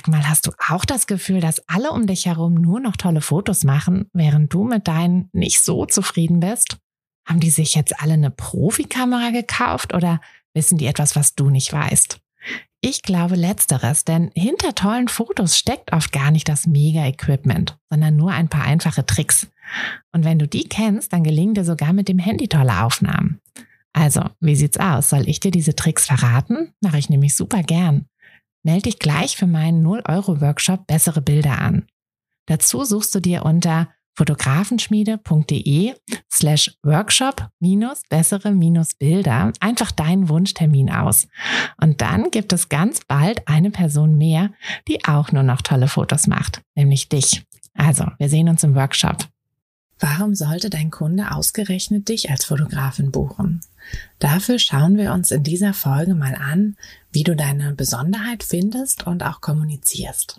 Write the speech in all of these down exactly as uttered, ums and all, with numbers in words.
Sag mal, hast du auch das Gefühl, dass alle um dich herum nur noch tolle Fotos machen, während du mit deinen nicht so zufrieden bist? Haben die sich jetzt alle eine Profikamera gekauft oder wissen die etwas, was du nicht weißt? Ich glaube Letzteres, denn hinter tollen Fotos steckt oft gar nicht das Mega-Equipment, sondern nur ein paar einfache Tricks. Und wenn du die kennst, dann gelingen dir sogar mit dem Handy tolle Aufnahmen. Also, wie sieht's aus? Soll ich dir diese Tricks verraten? Mache ich nämlich super gern. Melde dich gleich für meinen null Euro Workshop Bessere Bilder an. Dazu suchst du dir unter fotografenschmiede.de slash workshop minus bessere minus Bilder einfach deinen Wunschtermin aus. Und dann gibt es ganz bald eine Person mehr, die auch nur noch tolle Fotos macht, nämlich dich. Also, wir sehen uns im Workshop. Warum sollte dein Kunde ausgerechnet dich als Fotografin buchen? Dafür schauen wir uns in dieser Folge mal an, wie du deine Besonderheit findest und auch kommunizierst.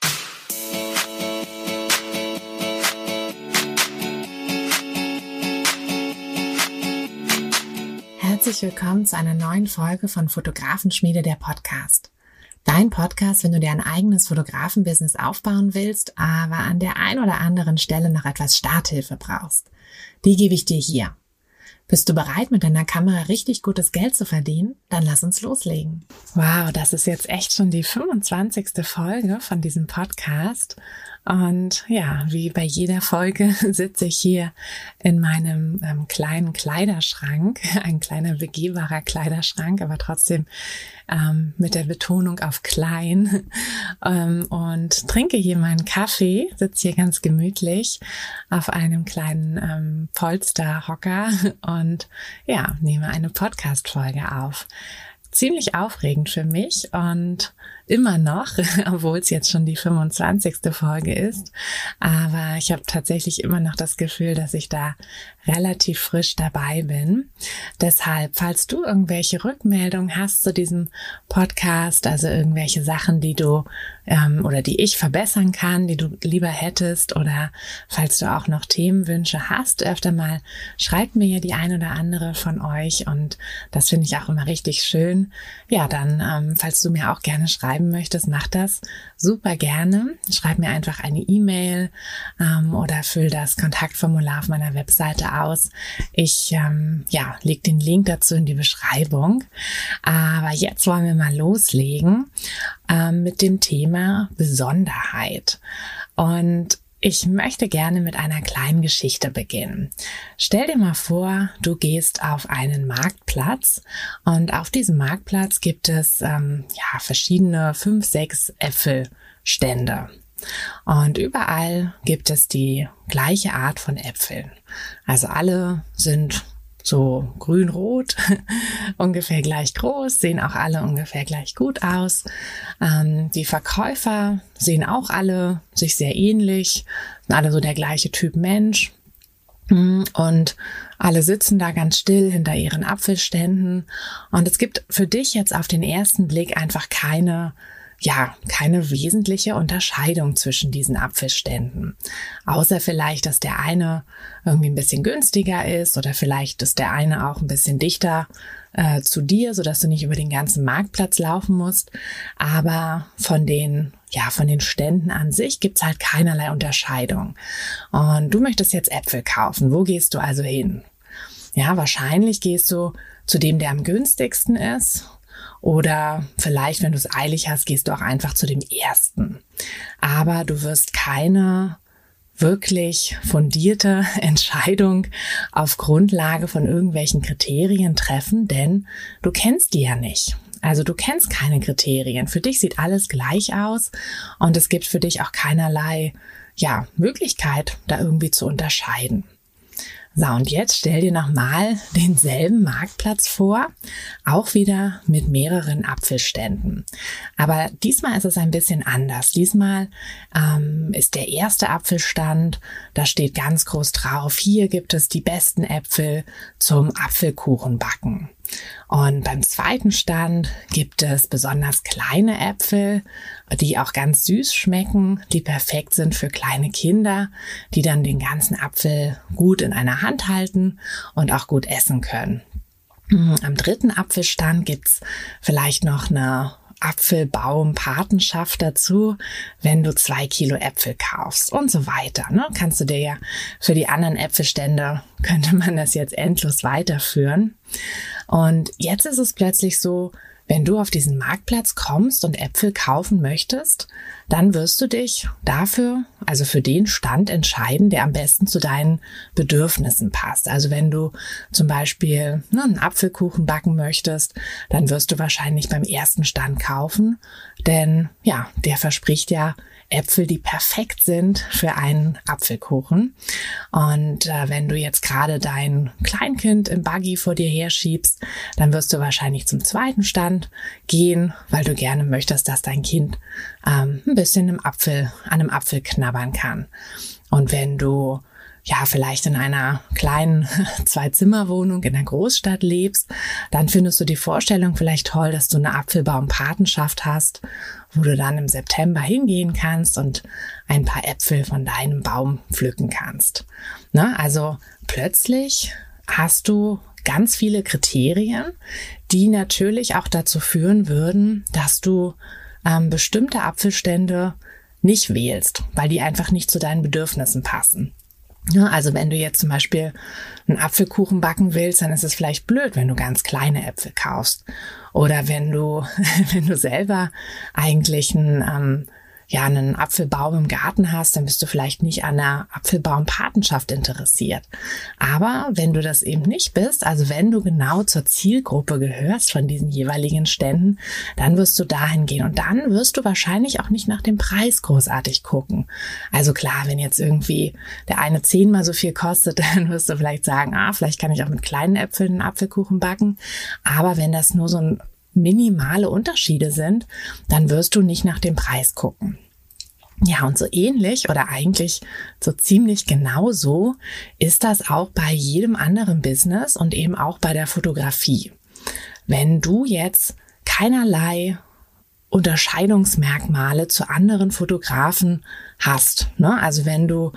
Herzlich willkommen zu einer neuen Folge von Fotografenschmiede, der Podcast. Dein Podcast, wenn du dir ein eigenes Fotografenbusiness aufbauen willst, aber an der ein oder anderen Stelle noch etwas Starthilfe brauchst. Die gebe ich dir hier. Bist du bereit, mit deiner Kamera richtig gutes Geld zu verdienen? Dann lass uns loslegen. Wow, das ist jetzt echt schon die fünfundzwanzigste Folge von diesem Podcast. Und ja, wie bei jeder Folge sitze ich hier in meinem ähm, kleinen Kleiderschrank, ein kleiner begehbarer Kleiderschrank, aber trotzdem ähm, mit der Betonung auf klein ähm, und trinke hier meinen Kaffee, sitze hier ganz gemütlich auf einem kleinen ähm, Polsterhocker und ja, nehme eine Podcast-Folge auf. Ziemlich aufregend für mich und immer noch, obwohl es jetzt schon die fünfundzwanzigste Folge ist. Aber ich habe tatsächlich immer noch das Gefühl, dass ich da relativ frisch dabei bin. Deshalb, falls du irgendwelche Rückmeldungen hast zu diesem Podcast, also irgendwelche Sachen, die du ähm, oder die ich verbessern kann, die du lieber hättest, oder falls du auch noch Themenwünsche hast, öfter mal schreibt mir ja die ein oder andere von euch und das finde ich auch immer richtig schön. Ja, dann, ähm, falls du mir auch gerne schreiben möchtest, mach das super gerne. Schreib mir einfach eine E-Mail ähm, oder füll das Kontaktformular auf meiner Webseite aus. Ich ähm, ja, leg den Link dazu in die Beschreibung. Aber jetzt wollen wir mal loslegen ähm, mit dem Thema Besonderheit. Und ich möchte gerne mit einer kleinen Geschichte beginnen. Stell dir mal vor, du gehst auf einen Marktplatz und auf diesem Marktplatz gibt es ähm, ja verschiedene fünf, sechs Äpfelstände. Und überall gibt es die gleiche Art von Äpfeln. Also alle sind so grün-rot, ungefähr gleich groß, sehen auch alle ungefähr gleich gut aus. Ähm, die Verkäufer sehen auch alle sich sehr ähnlich, sind alle so der gleiche Typ Mensch. Und alle sitzen da ganz still hinter ihren Apfelständen. Und es gibt für dich jetzt auf den ersten Blick einfach keine Ja, keine wesentliche Unterscheidung zwischen diesen Apfelständen. Außer vielleicht, dass der eine irgendwie ein bisschen günstiger ist oder vielleicht ist der eine auch ein bisschen dichter äh, zu dir, sodass du nicht über den ganzen Marktplatz laufen musst. Aber von den, ja, von den Ständen an sich gibt's halt keinerlei Unterscheidung. Und du möchtest jetzt Äpfel kaufen. Wo gehst du also hin? Ja, wahrscheinlich gehst du zu dem, der am günstigsten ist. Oder vielleicht, wenn du es eilig hast, gehst du auch einfach zu dem ersten. Aber du wirst keine wirklich fundierte Entscheidung auf Grundlage von irgendwelchen Kriterien treffen, denn du kennst die ja nicht. Also du kennst keine Kriterien. Für dich sieht alles gleich aus und es gibt für dich auch keinerlei, ja, Möglichkeit, da irgendwie zu unterscheiden. So, und jetzt stell dir nochmal denselben Marktplatz vor, auch wieder mit mehreren Apfelständen. Aber diesmal ist es ein bisschen anders. Diesmal ähm, ist der erste Apfelstand, da steht ganz groß drauf, hier gibt es die besten Äpfel zum Apfelkuchenbacken. Und beim zweiten Stand gibt es besonders kleine Äpfel, die auch ganz süß schmecken, die perfekt sind für kleine Kinder, die dann den ganzen Apfel gut in einer Hand halten und auch gut essen können. Am dritten Apfelstand gibt's vielleicht noch eine Apfelbaumpatenschaft dazu, wenn du zwei Kilo Äpfel kaufst und so weiter. Ne? Kannst du dir ja für die anderen Äpfelstände, könnte man das jetzt endlos weiterführen. Und jetzt ist es plötzlich so, wenn du auf diesen Marktplatz kommst und Äpfel kaufen möchtest, dann wirst du dich dafür, also für den Stand entscheiden, der am besten zu deinen Bedürfnissen passt. Also wenn du zum Beispiel ne, einen Apfelkuchen backen möchtest, dann wirst du wahrscheinlich beim ersten Stand kaufen, denn ja, der verspricht ja Äpfel, die perfekt sind für einen Apfelkuchen. Und äh, wenn du jetzt gerade dein Kleinkind im Buggy vor dir herschiebst, dann wirst du wahrscheinlich zum zweiten Stand gehen, weil du gerne möchtest, dass dein Kind ähm, ein bisschen im Apfel, an einem Apfel knabbern kann. Und wenn du ja vielleicht in einer kleinen Zwei-Zimmer-Wohnung in der Großstadt lebst, dann findest du die Vorstellung vielleicht toll, dass du eine Apfelbaumpatenschaft hast, wo du dann im September hingehen kannst und ein paar Äpfel von deinem Baum pflücken kannst. Ne? Also plötzlich hast du ganz viele Kriterien, die natürlich auch dazu führen würden, dass du ähm, bestimmte Apfelstände nicht wählst, weil die einfach nicht zu deinen Bedürfnissen passen. Ja, also wenn du jetzt zum Beispiel einen Apfelkuchen backen willst, dann ist es vielleicht blöd, wenn du ganz kleine Äpfel kaufst. Oder wenn du, wenn du selber eigentlich einen, ähm, ja, einen Apfelbaum im Garten hast, dann bist du vielleicht nicht an einer Apfelbaumpatenschaft interessiert. Aber wenn du das eben nicht bist, also wenn du genau zur Zielgruppe gehörst von diesen jeweiligen Ständen, dann wirst du dahin gehen und dann wirst du wahrscheinlich auch nicht nach dem Preis großartig gucken. Also klar, wenn jetzt irgendwie der eine zehnmal so viel kostet, dann wirst du vielleicht sagen, ah, vielleicht kann ich auch mit kleinen Äpfeln einen Apfelkuchen backen. Aber wenn das nur so ein minimale Unterschiede sind, dann wirst du nicht nach dem Preis gucken. Ja, und so ähnlich oder eigentlich so ziemlich genauso ist das auch bei jedem anderen Business und eben auch bei der Fotografie. Wenn du jetzt keinerlei Unterscheidungsmerkmale zu anderen Fotografen hast, ne? Also wenn du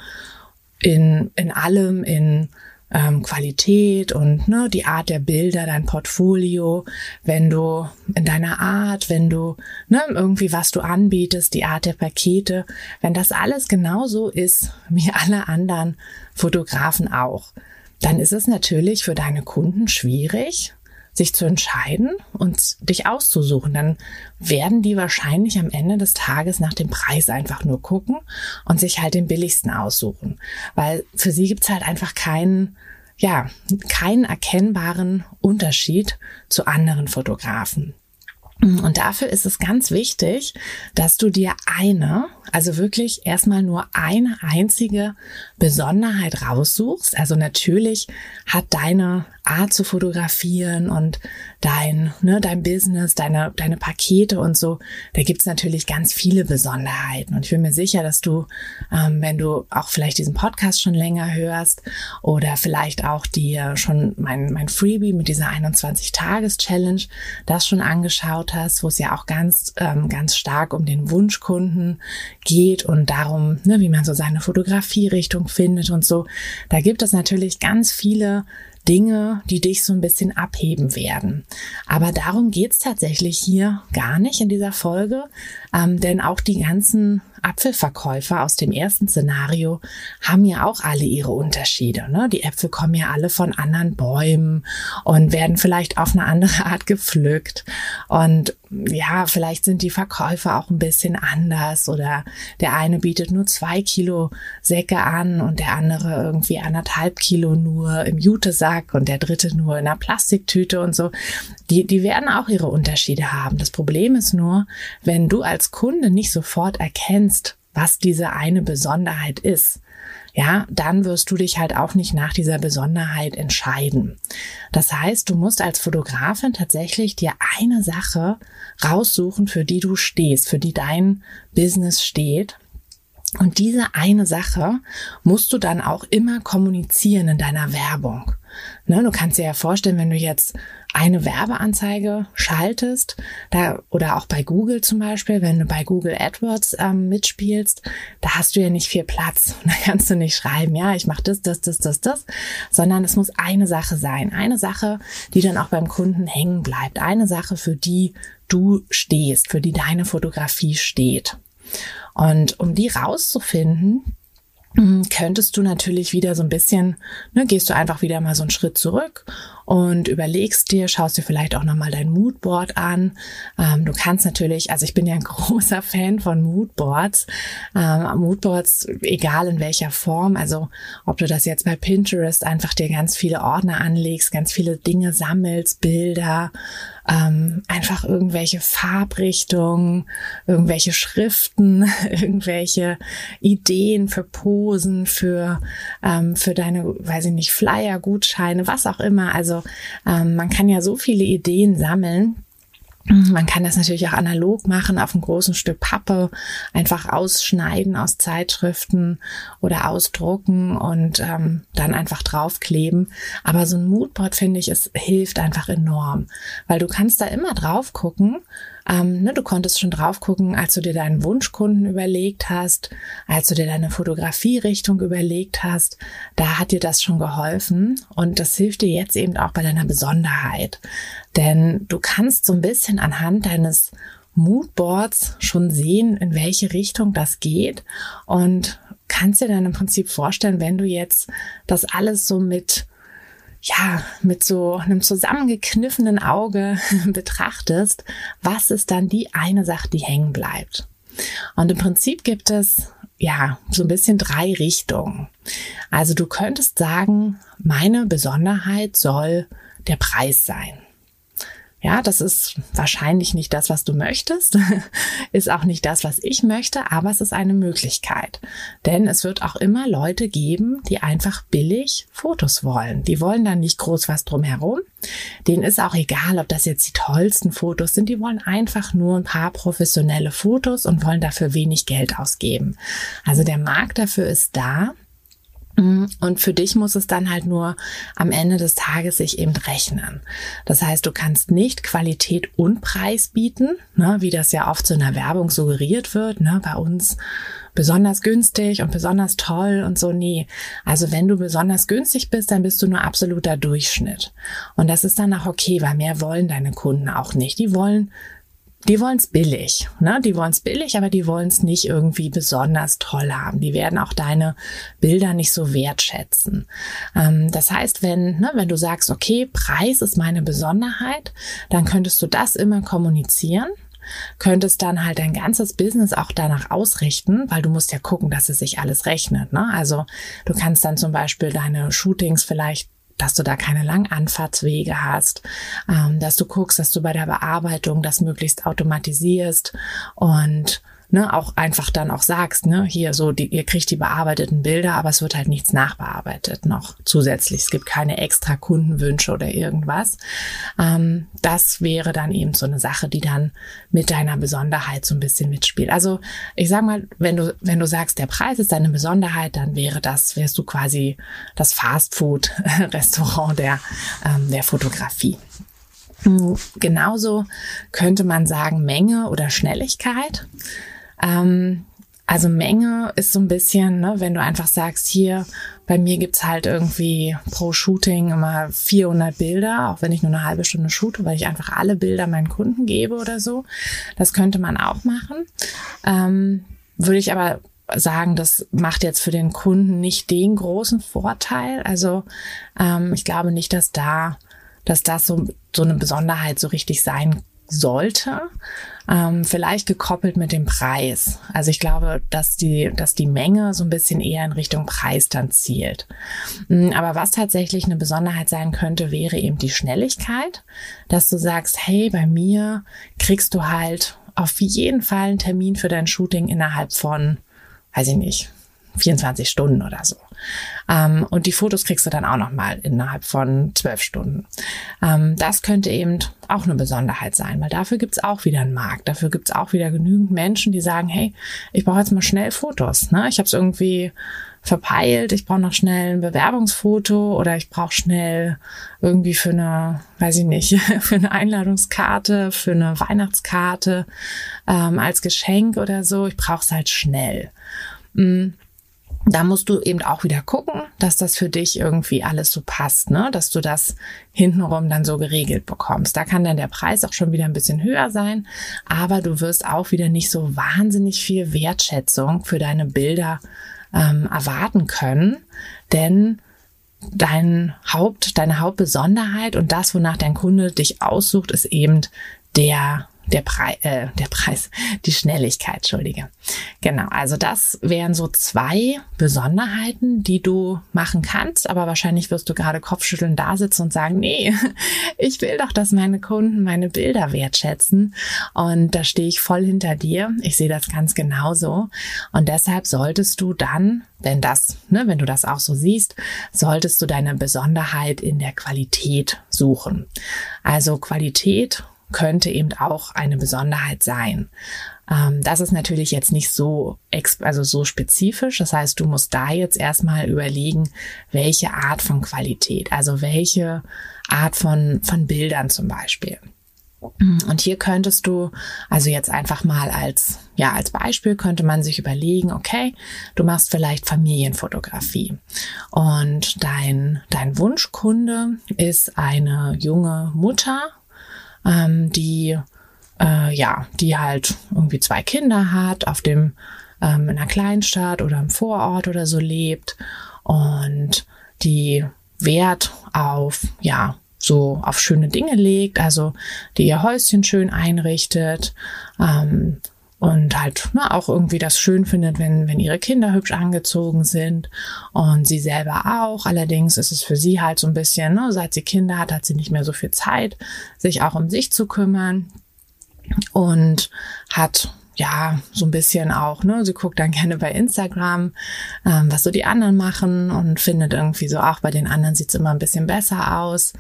in, in allem, in Ähm, Qualität und ne, die Art der Bilder, dein Portfolio, wenn du in deiner Art, wenn du ne, irgendwie was du anbietest, die Art der Pakete, wenn das alles genauso ist wie alle anderen Fotografen auch, dann ist es natürlich für deine Kunden schwierig, sich zu entscheiden und dich auszusuchen. Dann werden die wahrscheinlich am Ende des Tages nach dem Preis einfach nur gucken und sich halt den billigsten aussuchen. Weil für sie gibt's halt einfach keinen, ja, keinen erkennbaren Unterschied zu anderen Fotografen. Und dafür ist es ganz wichtig, dass du dir eine, also wirklich erstmal nur eine einzige Besonderheit raussuchst. Also natürlich hat deine Art zu fotografieren und dein, ne, dein Business, deine, deine Pakete und so, da gibt's natürlich ganz viele Besonderheiten. Und ich bin mir sicher, dass du, ähm, wenn du auch vielleicht diesen Podcast schon länger hörst oder vielleicht auch dir schon mein, mein Freebie mit dieser einundzwanzig-Tages-Challenge das schon angeschaut hast, wo es ja auch ganz, ähm, ganz stark um den Wunschkunden geht und darum, ne, wie man so seine Fotografierichtung findet und so. Da gibt es natürlich ganz viele Dinge, die dich so ein bisschen abheben werden. Aber darum geht's tatsächlich hier gar nicht in dieser Folge, ähm, denn auch die ganzen Apfelverkäufer aus dem ersten Szenario haben ja auch alle ihre Unterschiede. Ne? Die Äpfel kommen ja alle von anderen Bäumen und werden vielleicht auf eine andere Art gepflückt. Und ja, vielleicht sind die Verkäufer auch ein bisschen anders oder der eine bietet nur zwei Kilo Säcke an und der andere irgendwie anderthalb Kilo nur im Jutesack und der dritte nur in einer Plastiktüte und so. Die, die werden auch ihre Unterschiede haben. Das Problem ist nur, wenn du als Kunde nicht sofort erkennst, was diese eine Besonderheit ist, ja, dann wirst du dich halt auch nicht nach dieser Besonderheit entscheiden. Das heißt, du musst als Fotografin tatsächlich dir eine Sache raussuchen, für die du stehst, für die dein Business steht. Und diese eine Sache musst du dann auch immer kommunizieren in deiner Werbung. Ne, du kannst dir ja vorstellen, wenn du jetzt eine Werbeanzeige schaltest, da oder auch bei Google zum Beispiel, wenn du bei Google AdWords ähm, mitspielst, da hast du ja nicht viel Platz. Da kannst du nicht schreiben, ja, ich mache das, das, das, das, das, sondern es muss eine Sache sein. Eine Sache, die dann auch beim Kunden hängen bleibt. Eine Sache, für die du stehst, für die deine Fotografie steht. Und um die rauszufinden, könntest du natürlich wieder so ein bisschen, ne, gehst du einfach wieder mal so einen Schritt zurück und überlegst dir, schaust dir vielleicht auch nochmal dein Moodboard an. Ähm, du kannst natürlich, also ich bin ja ein großer Fan von Moodboards. Ähm, Moodboards, egal in welcher Form, also ob du das jetzt bei Pinterest einfach dir ganz viele Ordner anlegst, ganz viele Dinge sammelst, Bilder, ähm, einfach irgendwelche Farbrichtungen, irgendwelche Schriften, irgendwelche Ideen für Posen, für ähm, für deine, weiß ich nicht, Flyer, Gutscheine, was auch immer. Also ähm, man kann ja so viele Ideen sammeln. Man kann das natürlich auch analog machen, auf einem großen Stück Pappe, einfach ausschneiden aus Zeitschriften oder ausdrucken und ähm, dann einfach draufkleben. Aber so ein Moodboard, finde ich, es hilft einfach enorm, weil du kannst da immer drauf gucken. Ähm, ne, du konntest schon drauf gucken, als du dir deinen Wunschkunden überlegt hast, als du dir deine Fotografierichtung überlegt hast, da hat dir das schon geholfen und das hilft dir jetzt eben auch bei deiner Besonderheit. Denn du kannst so ein bisschen anhand deines Moodboards schon sehen, in welche Richtung das geht und kannst dir dann im Prinzip vorstellen, wenn du jetzt das alles so mit ja, mit so einem zusammengekniffenen Auge betrachtest, was ist dann die eine Sache, die hängen bleibt? Und im Prinzip gibt es, ja, so ein bisschen drei Richtungen. Also du könntest sagen, meine Besonderheit soll der Preis sein. Ja, das ist wahrscheinlich nicht das, was du möchtest, ist auch nicht das, was ich möchte, aber es ist eine Möglichkeit. Denn es wird auch immer Leute geben, die einfach billig Fotos wollen. Die wollen dann nicht groß was drumherum. Denen ist auch egal, ob das jetzt die tollsten Fotos sind. Die wollen einfach nur ein paar professionelle Fotos und wollen dafür wenig Geld ausgeben. Also der Markt dafür ist da. Und für dich muss es dann halt nur am Ende des Tages sich eben rechnen. Das heißt, du kannst nicht Qualität und Preis bieten, ne, wie das ja oft so in der Werbung suggeriert wird, ne, bei uns besonders günstig und besonders toll und so. Nee, also wenn du besonders günstig bist, dann bist du nur absoluter Durchschnitt. Und das ist dann auch okay, weil mehr wollen deine Kunden auch nicht. Die wollen Die wollen es billig, ne? Die wollen es billig, aber die wollen es nicht irgendwie besonders toll haben. Die werden auch deine Bilder nicht so wertschätzen. Ähm, das heißt, wenn, ne, wenn du sagst, okay, Preis ist meine Besonderheit, dann könntest du das immer kommunizieren, könntest dann halt dein ganzes Business auch danach ausrichten, weil du musst ja gucken, dass es sich alles rechnet, ne? Also du kannst dann zum Beispiel deine Shootings vielleicht, dass du da keine Langanfahrtswege hast, ähm, dass du guckst, dass du bei der Bearbeitung das möglichst automatisierst und ne, auch einfach dann auch sagst, ne, hier so, die, ihr kriegt die bearbeiteten Bilder, aber es wird halt nichts nachbearbeitet noch zusätzlich. Es gibt keine extra Kundenwünsche oder irgendwas. Ähm, das wäre dann eben so eine Sache, die dann mit deiner Besonderheit so ein bisschen mitspielt. Also ich sag mal, wenn du wenn du sagst, der Preis ist deine Besonderheit, dann wäre das, wärst du quasi das Fastfood-Restaurant der ähm, der Fotografie. Genauso könnte man sagen Menge oder Schnelligkeit. Ähm, also Menge ist so ein bisschen, ne, wenn du einfach sagst, hier, bei mir gibt's halt irgendwie pro Shooting immer vierhundert Bilder, auch wenn ich nur eine halbe Stunde shoote, weil ich einfach alle Bilder meinen Kunden gebe oder so. Das könnte man auch machen. Ähm, würde ich aber sagen, das macht jetzt für den Kunden nicht den großen Vorteil. Also ähm, ich glaube nicht, dass da, dass das so, so eine Besonderheit so richtig sein sollte, ähm, vielleicht gekoppelt mit dem Preis. Also ich glaube, dass die, dass die Menge so ein bisschen eher in Richtung Preis dann zielt. Aber was tatsächlich eine Besonderheit sein könnte, wäre eben die Schnelligkeit, dass du sagst, hey, bei mir kriegst du halt auf jeden Fall einen Termin für dein Shooting innerhalb von, weiß ich nicht, vierundzwanzig Stunden oder so. Ähm, und die Fotos kriegst du dann auch nochmal innerhalb von zwölf Stunden. Ähm, das könnte eben auch eine Besonderheit sein, weil dafür gibt's auch wieder einen Markt. Dafür gibt's auch wieder genügend Menschen, die sagen, hey, ich brauche jetzt mal schnell Fotos. Ne? Ich habe es irgendwie verpeilt, ich brauche noch schnell ein Bewerbungsfoto oder ich brauche schnell irgendwie für eine, weiß ich nicht, für eine Einladungskarte, für eine Weihnachtskarte ähm, als Geschenk oder so. Ich brauche es halt schnell. Mhm. Da musst du eben auch wieder gucken, dass das für dich irgendwie alles so passt, ne? Dass du das hintenrum dann so geregelt bekommst. Da kann dann der Preis auch schon wieder ein bisschen höher sein, aber du wirst auch wieder nicht so wahnsinnig viel Wertschätzung für deine Bilder ähm, erwarten können, denn dein Haupt, deine Hauptbesonderheit und das, wonach dein Kunde dich aussucht, ist eben der Der, Preis, äh, der Preis, die Schnelligkeit, entschuldige. Genau, also das wären so zwei Besonderheiten, die du machen kannst, aber wahrscheinlich wirst du gerade kopfschütteln da sitzen und sagen, nee, ich will doch, dass meine Kunden meine Bilder wertschätzen und da stehe ich voll hinter dir. Ich sehe das ganz genauso und deshalb solltest du dann, wenn das, ne, wenn du das auch so siehst, solltest du deine Besonderheit in der Qualität suchen. Also Qualität könnte eben auch eine Besonderheit sein. Ähm, das ist natürlich jetzt nicht so, exp- also so spezifisch. Das heißt, du musst da jetzt erstmal überlegen, welche Art von Qualität, also welche Art von, von Bildern zum Beispiel. Und hier könntest du, also jetzt einfach mal als, ja, als Beispiel könnte man sich überlegen, okay, du machst vielleicht Familienfotografie und dein, dein Wunschkunde ist eine junge Mutter, Ähm, die äh, ja, die halt irgendwie zwei Kinder hat, auf dem ähm, in einer Kleinstadt oder im Vorort oder so lebt und die Wert auf ja so auf schöne Dinge legt, also die ihr Häuschen schön einrichtet ähm, und halt ne, auch irgendwie das schön findet, wenn wenn ihre Kinder hübsch angezogen sind und sie selber auch. Allerdings ist es für sie halt so ein bisschen, ne, seit sie Kinder hat, hat sie nicht mehr so viel Zeit, sich auch um sich zu kümmern und hat ja so ein bisschen auch, ne, sie guckt dann gerne bei Instagram, ähm, was so die anderen machen und findet irgendwie so, auch bei den anderen sieht's immer ein bisschen besser aus.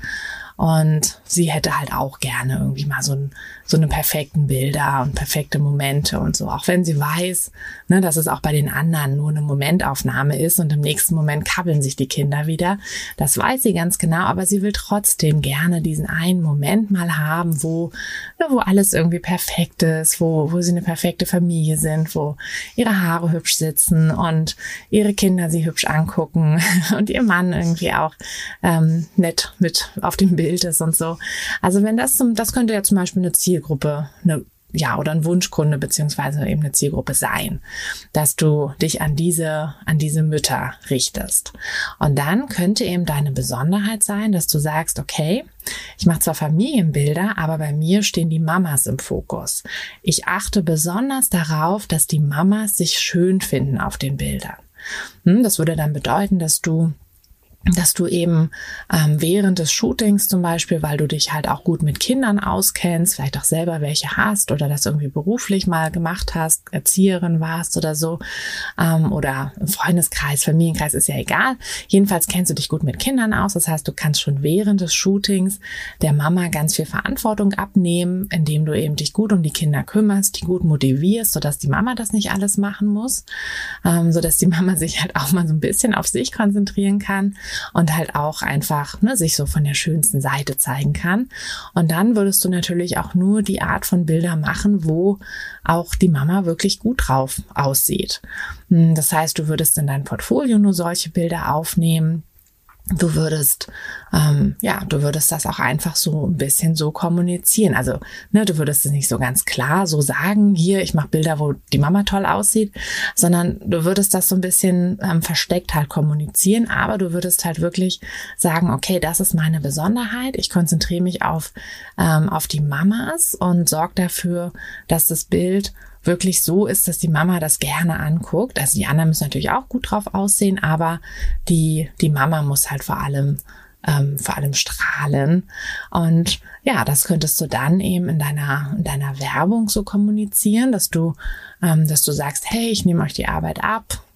Und sie hätte halt auch gerne irgendwie mal so, ein, so eine perfekten Bilder und perfekte Momente und so. Auch wenn sie weiß, ne, dass es auch bei den anderen nur eine Momentaufnahme ist und im nächsten Moment kabbeln sich die Kinder wieder. Das weiß sie ganz genau, aber sie will trotzdem gerne diesen einen Moment mal haben, wo, ne, wo alles irgendwie perfekt ist, wo, wo sie eine perfekte Familie sind, wo ihre Haare hübsch sitzen und ihre Kinder sie hübsch angucken und ihr Mann irgendwie auch ähm, nett mit auf dem Bild ist und so. Also wenn das zum, das könnte ja zum Beispiel eine Zielgruppe, eine, ja, oder ein Wunschkunde beziehungsweise eben eine Zielgruppe sein, dass du dich an diese, an diese Mütter richtest. Und dann könnte eben deine Besonderheit sein, dass du sagst, okay, ich mache zwar Familienbilder, aber bei mir stehen die Mamas im Fokus. Ich achte besonders darauf, dass die Mamas sich schön finden auf den Bildern. Hm, das würde dann bedeuten, dass du dass du eben ähm, während des Shootings zum Beispiel, weil du dich halt auch gut mit Kindern auskennst, vielleicht auch selber welche hast oder das irgendwie beruflich mal gemacht hast, Erzieherin warst oder so, ähm, oder im Freundeskreis, Familienkreis, ist ja egal. Jedenfalls kennst du dich gut mit Kindern aus. Das heißt, du kannst schon während des Shootings der Mama ganz viel Verantwortung abnehmen, indem du eben dich gut um die Kinder kümmerst, die gut motivierst, sodass die Mama das nicht alles machen muss, ähm, sodass die Mama sich halt auch mal so ein bisschen auf sich konzentrieren kann und halt auch einfach ne, sich so von der schönsten Seite zeigen kann. Und dann würdest du natürlich auch nur die Art von Bilder machen, wo auch die Mama wirklich gut drauf aussieht. Das heißt, du würdest in dein Portfolio nur solche Bilder aufnehmen. Du würdest, ähm, ja, du würdest das auch einfach so ein bisschen so kommunizieren. Also, ne, du würdest es nicht so ganz klar so sagen, hier, ich mache Bilder, wo die Mama toll aussieht, sondern du würdest das so ein bisschen ähm, versteckt halt kommunizieren, aber du würdest halt wirklich sagen, okay, das ist meine Besonderheit. Ich konzentriere mich auf, ähm, auf die Mamas und sorge dafür, dass das Bild wirklich so ist, dass die Mama das gerne anguckt. Also die anderen müssen natürlich auch gut drauf aussehen, aber die die Mama muss halt vor allem ähm, vor allem strahlen. Und ja, das könntest du dann eben in deiner in deiner Werbung so kommunizieren, dass du ähm, dass du sagst, hey, ich nehme euch die Arbeit ab.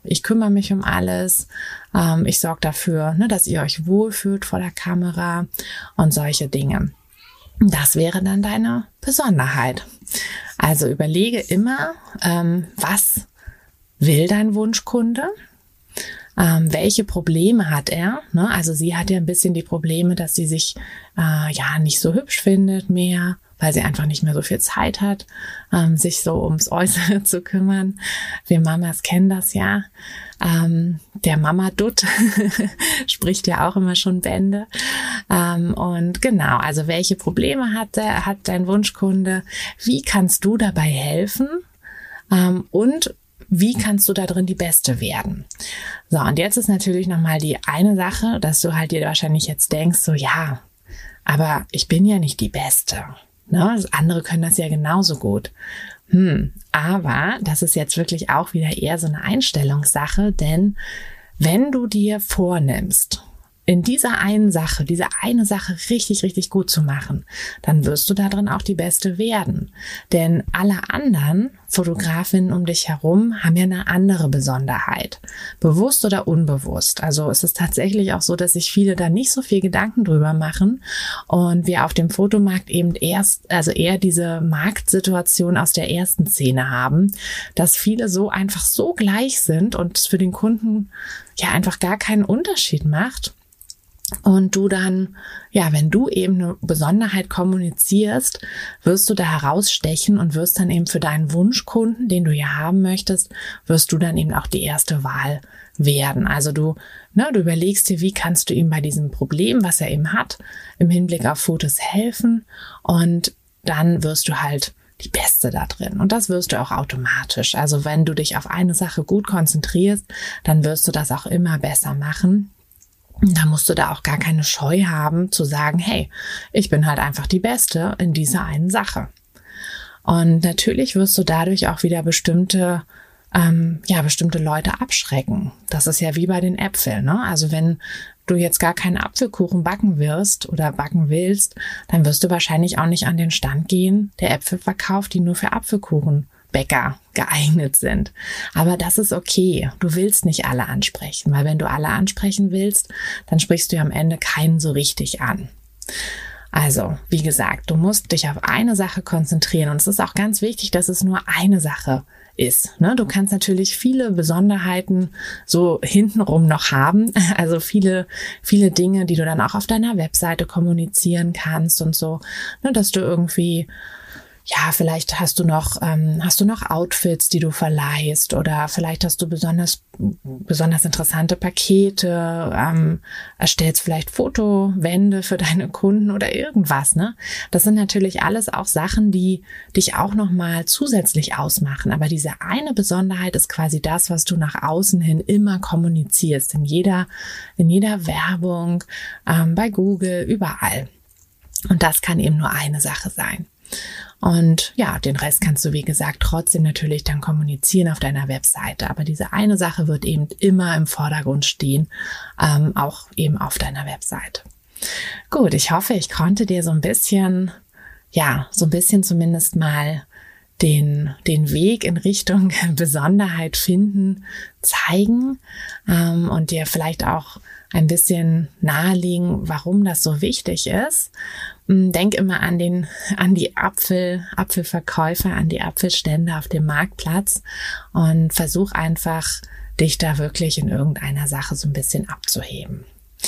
ich kümmere mich um alles, ähm, ich sorge dafür, ne, dass ihr euch wohlfühlt vor der Kamera und solche Dinge. Das wäre dann deine Besonderheit. Also überlege immer, ähm, was will dein Wunschkunde? Ähm, welche Probleme hat er? Ne? Also sie hat ja ein bisschen die Probleme, dass sie sich äh, ja nicht so hübsch findet mehr, weil sie einfach nicht mehr so viel Zeit hat, ähm, sich so ums Äußere zu kümmern. Wir Mamas kennen das ja. Ähm, der Mama-Dutt spricht ja auch immer schon Bände. Ähm, und genau, also welche Probleme hat der, hat dein Wunschkunde? Wie kannst du dabei helfen? Ähm, und wie kannst du da drin die Beste werden? So, und jetzt ist natürlich nochmal die eine Sache, dass du halt dir wahrscheinlich jetzt denkst, so ja, aber ich bin ja nicht die Beste. Ne? Andere können das ja genauso gut. Hm, aber das ist jetzt wirklich auch wieder eher so eine Einstellungssache, denn wenn du dir vornimmst, in dieser einen Sache, diese eine Sache richtig, richtig gut zu machen, dann wirst du da drin auch die Beste werden. Denn alle anderen Fotografinnen um dich herum haben ja eine andere Besonderheit. Bewusst oder unbewusst. Also es ist tatsächlich auch so, dass sich viele da nicht so viel Gedanken drüber machen und wir auf dem Fotomarkt eben erst, also eher diese Marktsituation aus der ersten Szene haben, dass viele so einfach so gleich sind und es für den Kunden ja einfach gar keinen Unterschied macht. Und du dann, ja, wenn du eben eine Besonderheit kommunizierst, wirst du da herausstechen und wirst dann eben für deinen Wunschkunden, den du ja haben möchtest, wirst du dann eben auch die erste Wahl werden. Also du, ne, du überlegst dir, wie kannst du ihm bei diesem Problem, was er eben hat, im Hinblick auf Fotos helfen und dann wirst du halt die Beste da drin. Und das wirst du auch automatisch. Also wenn du dich auf eine Sache gut konzentrierst, dann wirst du das auch immer besser machen. Da musst du da auch gar keine Scheu haben, zu sagen, hey, ich bin halt einfach die Beste in dieser einen Sache. Und natürlich wirst du dadurch auch wieder bestimmte, ähm, ja, bestimmte Leute abschrecken. Das ist ja wie bei den Äpfeln, ne? Also wenn du jetzt gar keinen Apfelkuchen backen wirst oder backen willst, dann wirst du wahrscheinlich auch nicht an den Stand gehen, der Äpfel verkauft, die nur für Apfelkuchenbäcker geeignet sind. Aber das ist okay. Du willst nicht alle ansprechen, weil wenn du alle ansprechen willst, dann sprichst du ja am Ende keinen so richtig an. Also, wie gesagt, du musst dich auf eine Sache konzentrieren und es ist auch ganz wichtig, dass es nur eine Sache ist. Ne? Du kannst natürlich viele Besonderheiten so hintenrum noch haben, also viele, viele Dinge, die du dann auch auf deiner Webseite kommunizieren kannst und so, ne? Dass du irgendwie ja, vielleicht hast du noch, ähm, hast du noch Outfits, die du verleihst oder vielleicht hast du besonders, besonders interessante Pakete, ähm, erstellst vielleicht Fotowände für deine Kunden oder irgendwas, ne? Das sind natürlich alles auch Sachen, die dich auch nochmal zusätzlich ausmachen. Aber diese eine Besonderheit ist quasi das, was du nach außen hin immer kommunizierst. In jeder, in jeder Werbung, ähm, bei Google, überall. Und das kann eben nur eine Sache sein. Und ja, den Rest kannst du, wie gesagt, trotzdem natürlich dann kommunizieren auf deiner Webseite. Aber diese eine Sache wird eben immer im Vordergrund stehen, ähm, auch eben auf deiner Webseite. Gut, ich hoffe, ich konnte dir so ein bisschen, ja, so ein bisschen zumindest mal den, den Weg in Richtung Besonderheit finden, zeigen ähm, und dir vielleicht auch ein bisschen nahelegen, warum das so wichtig ist. Denk immer an den, an die Apfel, Apfelverkäufer, an die Apfelstände auf dem Marktplatz und versuch einfach, dich da wirklich in irgendeiner Sache so ein bisschen abzuheben.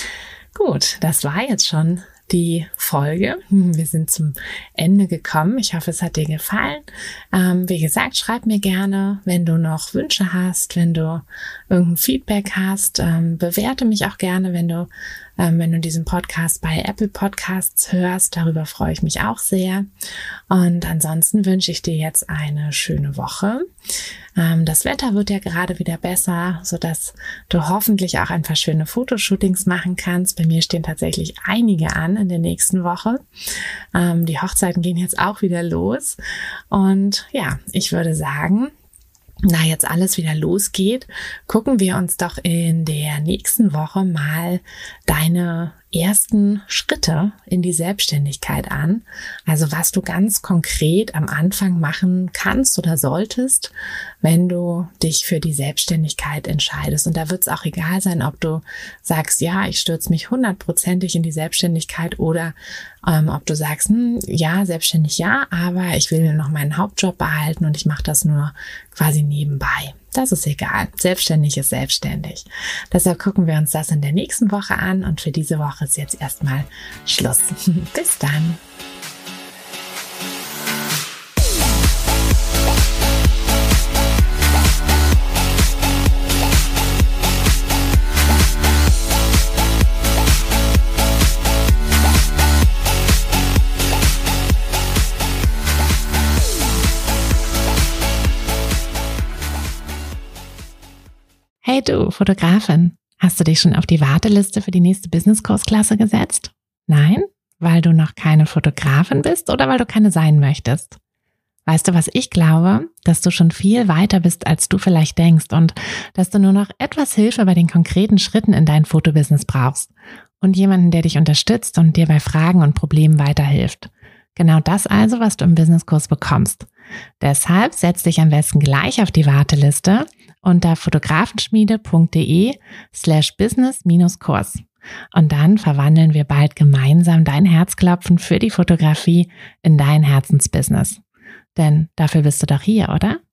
Gut, das war jetzt schon die Folge. Wir sind zum Ende gekommen. Ich hoffe, es hat dir gefallen. Ähm, wie gesagt, schreib mir gerne, wenn du noch Wünsche hast, wenn du irgendein Feedback hast. Ähm, bewerte mich auch gerne, wenn du, ähm, wenn du diesen Podcast bei Apple Podcasts hörst. Darüber freue ich mich auch sehr. Und ansonsten wünsche ich dir jetzt eine schöne Woche. Ähm, das Wetter wird ja gerade wieder besser, sodass du hoffentlich auch ein paar schöne Fotoshootings machen kannst. Bei mir stehen tatsächlich einige an in der nächsten Woche. Ähm, die Hochzeiten gehen jetzt auch wieder los. Und ja, ich würde sagen, da jetzt alles wieder losgeht, gucken wir uns doch in der nächsten Woche mal deine ersten Schritte in die Selbstständigkeit an. Also was du ganz konkret am Anfang machen kannst oder solltest, wenn du dich für die Selbstständigkeit entscheidest. Und da wird es auch egal sein, ob du sagst, ja, ich stürze mich hundertprozentig in die Selbstständigkeit oder ähm, ob du sagst, hm, ja, selbstständig ja, aber ich will noch meinen Hauptjob behalten und ich mache das nur quasi nebenbei. Das ist egal. Selbstständig ist selbstständig. Deshalb gucken wir uns das in der nächsten Woche an und für diese Woche ist jetzt erstmal Schluss. Bis dann. Hey du, Fotografin, hast du dich schon auf die Warteliste für die nächste Business-Kursklasse gesetzt? Nein? Weil du noch keine Fotografin bist oder weil du keine sein möchtest? Weißt du, was ich glaube? Dass du schon viel weiter bist, als du vielleicht denkst und dass du nur noch etwas Hilfe bei den konkreten Schritten in dein Fotobusiness brauchst und jemanden, der dich unterstützt und dir bei Fragen und Problemen weiterhilft. Genau das also, was du im Businesskurs bekommst. Deshalb setz dich am besten gleich auf die Warteliste unter fotografenschmiede.de slash business minus Kurs. Und dann verwandeln wir bald gemeinsam dein Herzklopfen für die Fotografie in dein Herzensbusiness. Denn dafür bist du doch hier, oder?